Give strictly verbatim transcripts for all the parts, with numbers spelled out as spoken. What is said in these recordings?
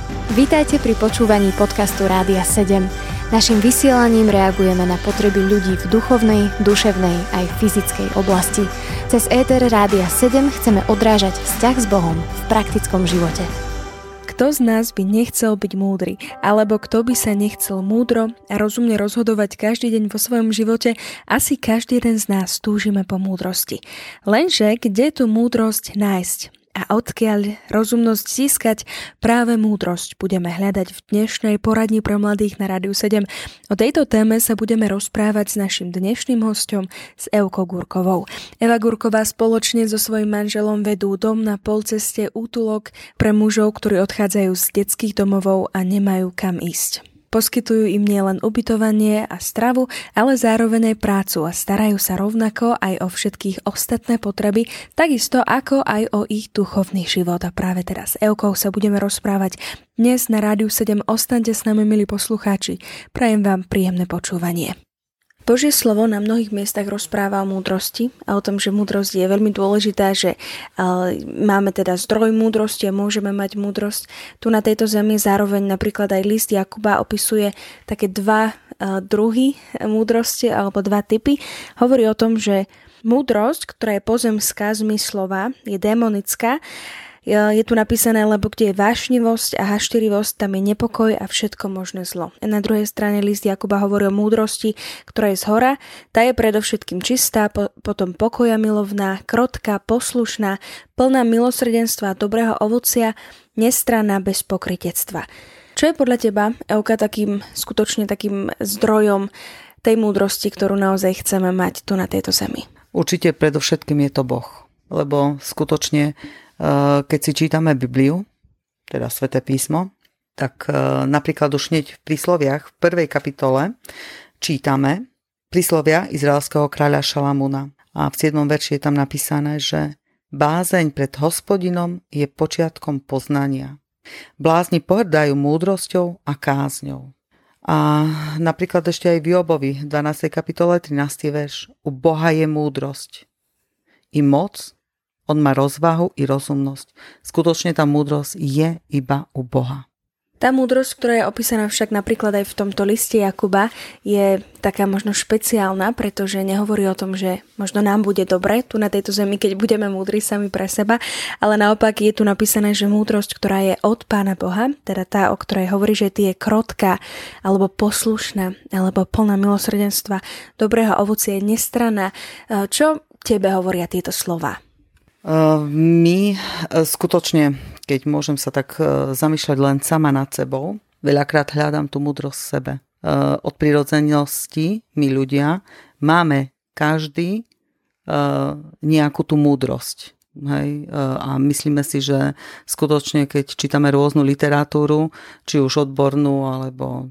Vítajte pri počúvaní podcastu Rádia sedem. Naším vysielaním reagujeme na potreby ľudí v duchovnej, duševnej aj fyzickej oblasti. Cez éter Rádia sedem chceme odrážať vzťah s Bohom v praktickom živote. Kto z nás by nechcel byť múdry? Alebo kto by sa nechcel múdro a rozumne rozhodovať každý deň vo svojom živote? Asi každý jeden z nás túžime po múdrosti. Lenže kde tú múdrosť nájsť? A odkiaľ rozumnosť získať? Práve múdrosť budeme hľadať v dnešnej poradni pre mladých na Rádiu sedem. O tejto téme sa budeme rozprávať s našim dnešným hosťom, s Evkou Gurkovou. Eva Gurková spoločne so svojím manželom vedú dom na polceste útulok pre mužov, ktorí odchádzajú z detských domovov a nemajú kam ísť. Poskytujú im nielen ubytovanie a stravu, ale zároveň aj prácu a starajú sa rovnako aj o všetkých ostatné potreby, takisto ako aj o ich duchovný život. A práve teraz s Evkou sa budeme rozprávať dnes na Rádiu sedem. Ostaňte s nami, milí poslucháči. Prajem vám príjemné počúvanie. Božie slovo na mnohých miestach rozpráva o múdrosti a o tom, že múdrosť je veľmi dôležitá, že uh, máme teda zdroj múdrosti a môžeme mať múdrosť tu na tejto zemi. Zároveň napríklad aj list Jakuba opisuje také dva uh, druhy múdrosti alebo dva typy. Hovorí o tom, že múdrosť, ktorá je pozemská, zmyslová, je démonická. Je tu napísané, lebo kde je vášnivosť a hašterivosť, tam je nepokoj a všetko možné zlo. A na druhej strane list Jakuba hovorí o múdrosti, ktorá je zhora. Tá je predovšetkým čistá, po, potom pokoja milovná, krotká, poslušná, plná milosrdenstva a dobrého ovocia, nestranná, bez pokrytectva. Čo je podľa teba, Evka, takým skutočne takým zdrojom tej múdrosti, ktorú naozaj chceme mať tu na tejto zemi? Určite predovšetkým je to Boh, lebo skutočne keď si čítame Bibliu, teda Sväté písmo, tak napríklad už hneď v prísloviach v prvej kapitole čítame príslovia izraelského kráľa Šalamúna. A v siedmom verši je tam napísané, že bázeň pred Hospodinom je počiatkom poznania. Blázni pohrdajú múdrosťou a kázňou. A napríklad ešte aj v Jobovi, v dvanástej kapitole, trinásty verš. U Boha je múdrosť i moc. On má rozvahu i rozumnosť. Skutočne tá múdrosť je iba u Boha. Tá múdrosť, ktorá je opísaná však napríklad aj v tomto liste Jakuba, je taká možno špeciálna, pretože nehovorí o tom, že možno nám bude dobre tu na tejto zemi, keď budeme múdri sami pre seba, ale naopak je tu napísané, že múdrosť, ktorá je od Pána Boha, teda tá, o ktorej hovorí, že ty je krotká, alebo poslušná, alebo plná milosrdenstva, dobrého ovocia, je nestranná. Čo tebe hovoria tieto slová? My skutočne, keď môžem sa tak zamýšľať len sama nad sebou, veľakrát hľadám tú múdrosť v sebe. Od prirodzenosti my ľudia máme každý nejakú tú múdrosť. Hej? A myslíme si, že skutočne, keď čítame rôznu literatúru, či už odbornú, alebo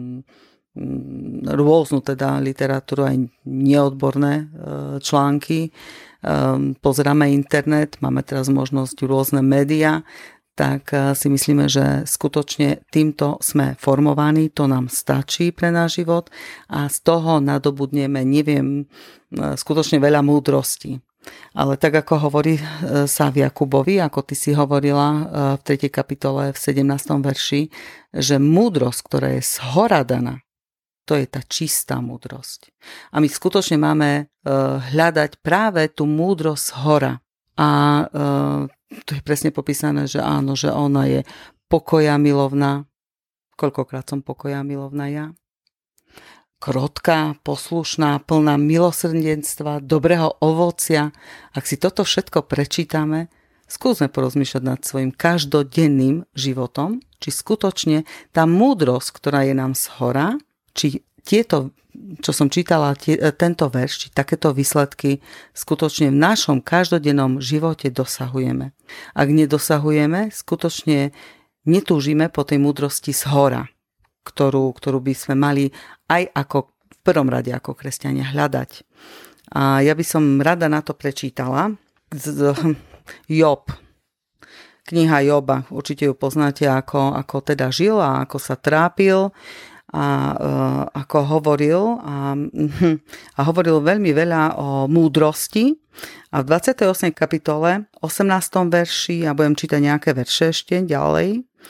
rôznu teda literatúru, aj neodborné články, pozeráme internet, máme teraz možnosť rôzne médiá, tak si myslíme, že skutočne týmto sme formovaní, to nám stačí pre náš život a z toho nadobudneme, neviem, skutočne veľa múdrosti. Ale tak ako hovorí sa v Jakubovi, ako ty si hovorila v tretej kapitole v sedemnástom verši, že múdrosť, ktorá je zhora daná, to je tá čistá múdrosť. A my skutočne máme uh, hľadať práve tú múdrosť z hora. A uh, to je presne popísané, že áno, že ona je pokoja milovná. Koľkokrát som pokoja milovná ja? Krotká, poslušná, plná milosrdenstva, dobrého ovocia. Ak si toto všetko prečítame, skúsme porozmýšľať nad svojim každodenným životom, či skutočne tá múdrosť, ktorá je nám z hora, či tieto, čo som čítala, tie, tento verš, či takéto výsledky skutočne v našom každodennom živote dosahujeme. Ak nedosahujeme, skutočne netúžime po tej múdrosti z hora, ktorú, ktorú by sme mali aj ako v prvom rade ako kresťania hľadať. A ja by som rada na to prečítala Job. Kniha Joba, určite ju poznáte, ako, ako teda žil a ako sa trápil a uh, ako hovoril a, a hovoril veľmi veľa o múdrosti a v dvadsiatej ôsmej kapitole osemnástom verši, a budem čítať nejaké verše ešte ďalej,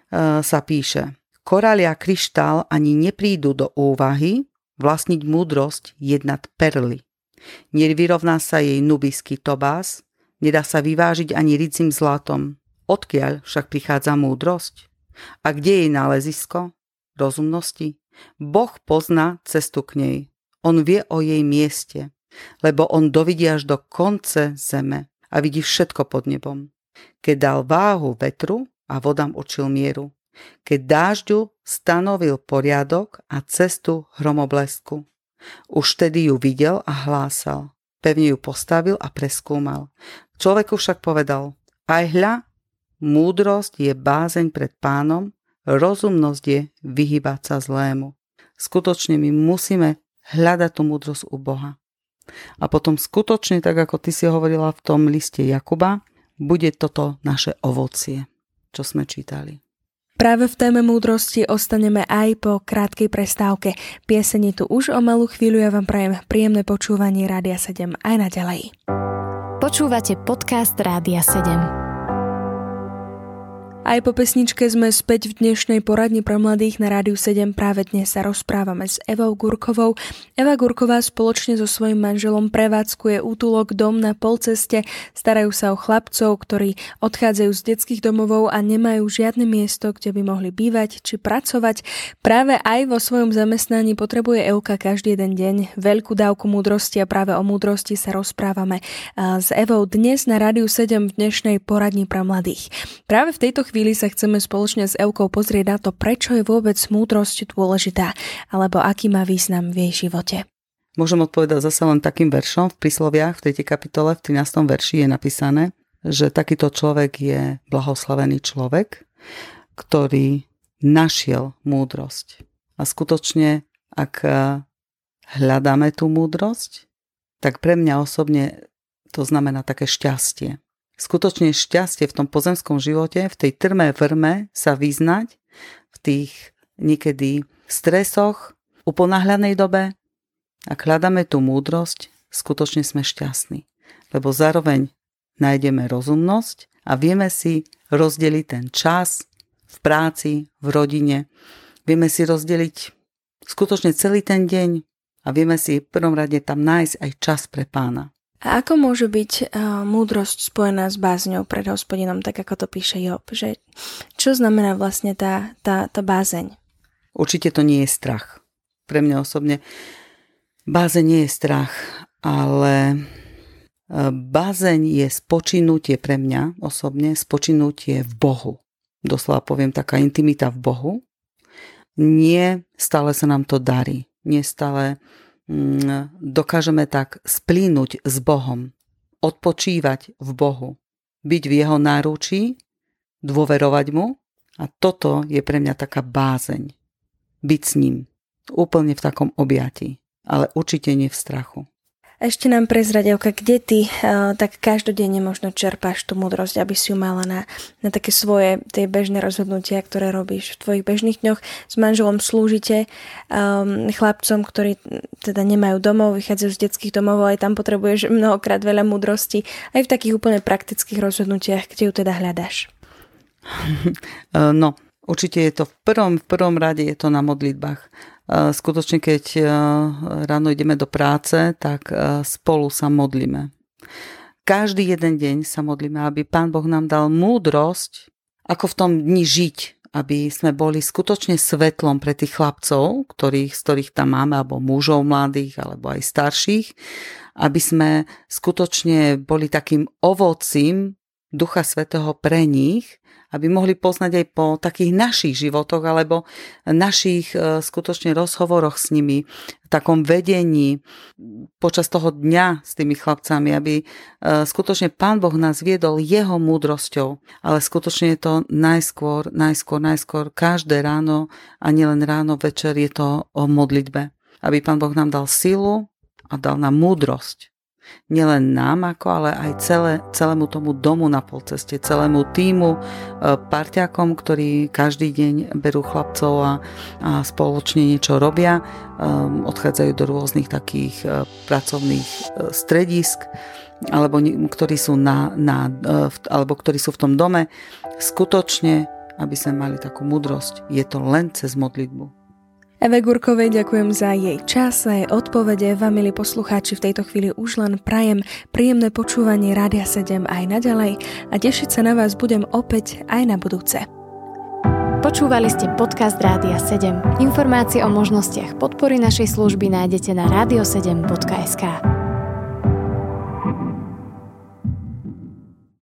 sa píše: Korál a kryštál ani neprídu do úvahy vlastniť múdrosť jednať perly. Nevyrovná sa jej nubijský tobás, nedá sa vyvážiť ani ricím zlatom. Odkiaľ však prichádza múdrosť? A kde je jej nálezisko? Rozumnosti? Boh pozná cestu k nej. On vie o jej mieste, lebo on dovidí až do konce zeme a vidí všetko pod nebom. Keď dal váhu vetru a vodám určil mieru. Keď dážďu stanovil poriadok a cestu hromoblesku. Už tedy ju videl a hlásal. Pevne ju postavil a preskúmal. Človeku však povedal: aj hľa, múdrosť je bázeň pred Pánom, rozumnosť je vyhýbať sa zlému. Skutočne my musíme hľadať tú múdrosť u Boha. A potom skutočne, tak ako ty si hovorila v tom liste Jakuba, bude toto naše ovocie, čo sme čítali. Práve v téme múdrosti ostaneme aj po krátkej prestávke. Pieseni tu už o malú chvíľu, ja vám prajem príjemné počúvanie Rádia sedem aj naďalej. Počúvate podcast Rádia sedem. Aj po pesničke sme späť v dnešnej poradni pre mladých na Rádiu sedem. Práve dnes sa rozprávame s Evou Gurkovou. Eva Gurková spoločne so svojím manželom prevádzkuje útulok Dom na polceste. Starajú sa o chlapcov, ktorí odchádzajú z detských domovov a nemajú žiadne miesto, kde by mohli bývať či pracovať. Práve aj vo svojom zamestnaní potrebuje Evka každý jeden deň veľkú dávku múdrosti a práve o múdrosti sa rozprávame s Evou dnes na Rádiu sedem v dnešnej poradni pre mladých. Práve v tejto chvíli chvíli sa chceme spoločne s Evkou pozrieť na to, prečo je vôbec múdrosť dôležitá, alebo aký má význam v jej živote. Môžem odpovedať zase len takým veršom. V prísloviach v tretej kapitole v trinástom verši je napísané, že takýto človek je blahoslavený človek, ktorý našiel múdrosť. A skutočne, ak hľadáme tú múdrosť, tak pre mňa osobne to znamená také šťastie. Skutočne šťastie v tom pozemskom živote, v tej trme vrme sa vyznať, v tých niekedy stresoch, uponáhľanej dobe. Ak hľadáme tú múdrosť, skutočne sme šťastní. Lebo zároveň nájdeme rozumnosť a vieme si rozdeliť ten čas v práci, v rodine. Vieme si rozdeliť skutočne celý ten deň a vieme si v prvom rade tam nájsť aj čas pre Pána. A ako môže byť uh, múdrosť spojená s bázňou pred Hospodinom, tak ako to píše Job? Že, čo znamená vlastne tá, tá, tá bázeň? Určite to nie je strach. Pre mňa osobne bázeň nie je strach, ale bázeň je spočinutie pre mňa osobne, spočinutie v Bohu. Doslova poviem, taká intimita v Bohu. Nie stále sa nám to darí. Nie stále dokážeme tak splínuť s Bohom, odpočívať v Bohu, byť v jeho náručí, dôverovať mu a toto je pre mňa taká bázeň. Byť s ním, úplne v takom objatí, ale určite nie v strachu. Ešte nám prezrať, Evka, kde ty uh, tak každodenne možno čerpáš tú múdrosť, aby si ju mala na, na také svoje tie bežné rozhodnutia, ktoré robíš v tvojich bežných dňoch. S manželom slúžite um, chlapcom, ktorí teda nemajú domov, vychádzajú z detských domov, aj tam potrebuješ mnohokrát veľa múdrosti, aj v takých úplne praktických rozhodnutiach, kde ju teda hľadáš. No, určite je to v prvom, v prvom rade je to na modlitbách. Skutočne, keď ráno ideme do práce, tak spolu sa modlíme. Každý jeden deň sa modlíme, aby Pán Boh nám dal múdrosť, ako v tom dni žiť, aby sme boli skutočne svetlom pre tých chlapcov, ktorých, z ktorých tam máme, alebo mužov mladých, alebo aj starších, aby sme skutočne boli takým ovocím Ducha Svätého pre nich, aby mohli poznať aj po takých našich životoch alebo našich e, skutočne rozhovoroch s nimi, v takom vedení počas toho dňa s tými chlapcami, aby e, skutočne Pán Boh nás viedol jeho múdrosťou, ale skutočne je to najskôr, najskôr, najskôr každé ráno a nielen ráno, večer je to o modlitbe. Aby Pán Boh nám dal silu a dal nám múdrosť. Nielen nám, ako, ale aj celé, celému tomu domu na polceste, celému tímu, parťakom, ktorí každý deň berú chlapcov a, a spoločne niečo robia, um, odchádzajú do rôznych takých uh, pracovných uh, stredisk, alebo ktorí sú na, na, uh, v, alebo ktorí sú v tom dome. Skutočne aby sme mali takú múdrosť. Je to len cez modlitbu. Eve Gurkovej ďakujem za jej čas, za jej odpovede. Vám, milí poslucháči, v tejto chvíli už len prajem príjemné počúvanie Rádia sedem aj naďalej a tešiť sa na vás budem opäť aj na budúce. Počúvali ste podcast Rádia sedem. Informácie o možnostiach podpory našej služby nájdete na radio sedem bodka es ká.